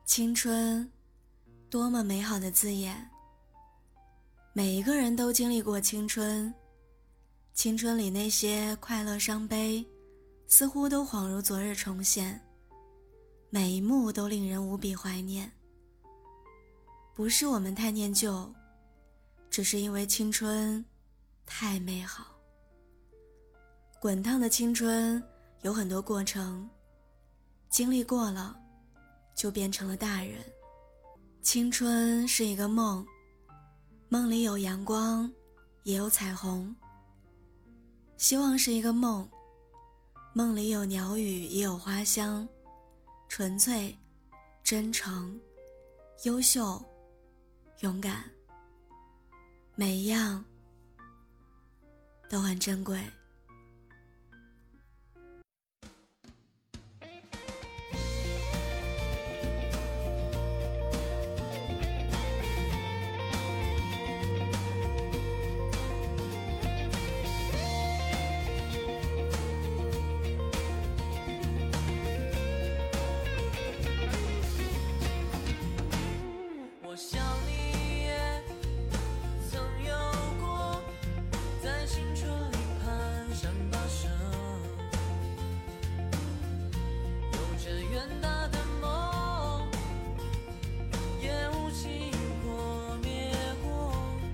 青春，多么美好的字眼。每一个人都经历过青春，青春里那些快乐伤悲，似乎都恍如昨日重现，每一幕都令人无比怀念。不是我们太念旧，只是因为青春太美好。滚烫的青春有很多过程，经历过了就变成了大人。青春是一个梦，梦里有阳光也有彩虹。希望是一个梦，梦里有鸟语也有花香，纯粹、真诚、优秀、勇敢，每一样都很珍贵。 想你也曾有过，在青春里蹒跚跋涉，有着远大的梦，也无情破灭过。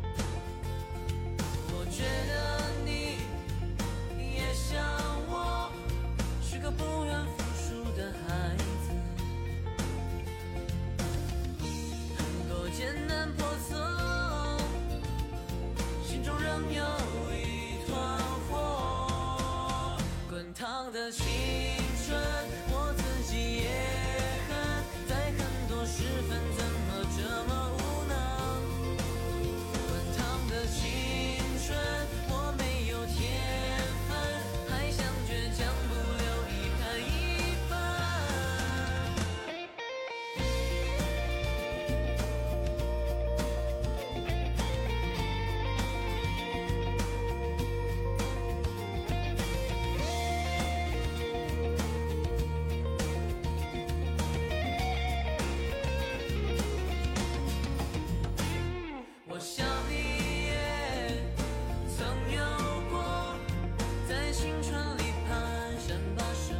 我觉得你也像我，是个不愿服输的孩子。艰难叵测，心中仍有一团火。滚烫的青春，我自己也恨，在很多时分怎么这么无能。滚烫的青春，我没有天分，还想倔强不留遗憾一分。我想你也曾有过，在青春里蹒跚跋涉，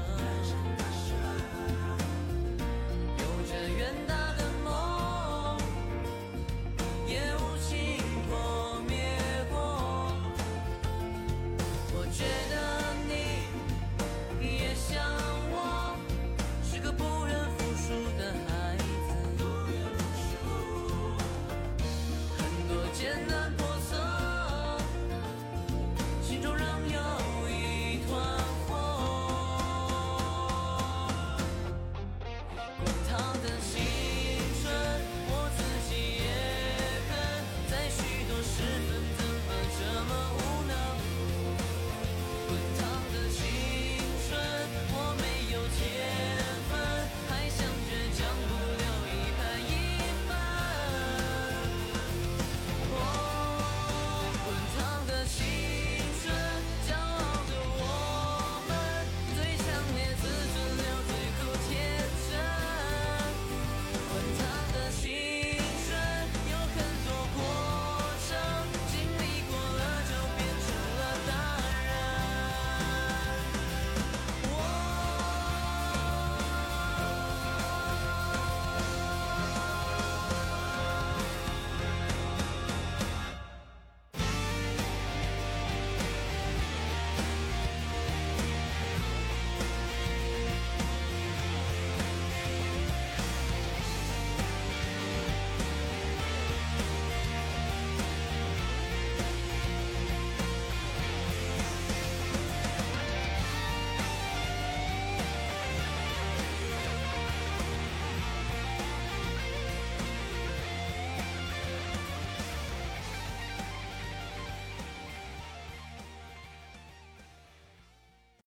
有着远大的梦，也无情破灭过。我觉得你也像我，是个不愿服输的孩子。艰难叵测，心中仍有一团火。滚烫的心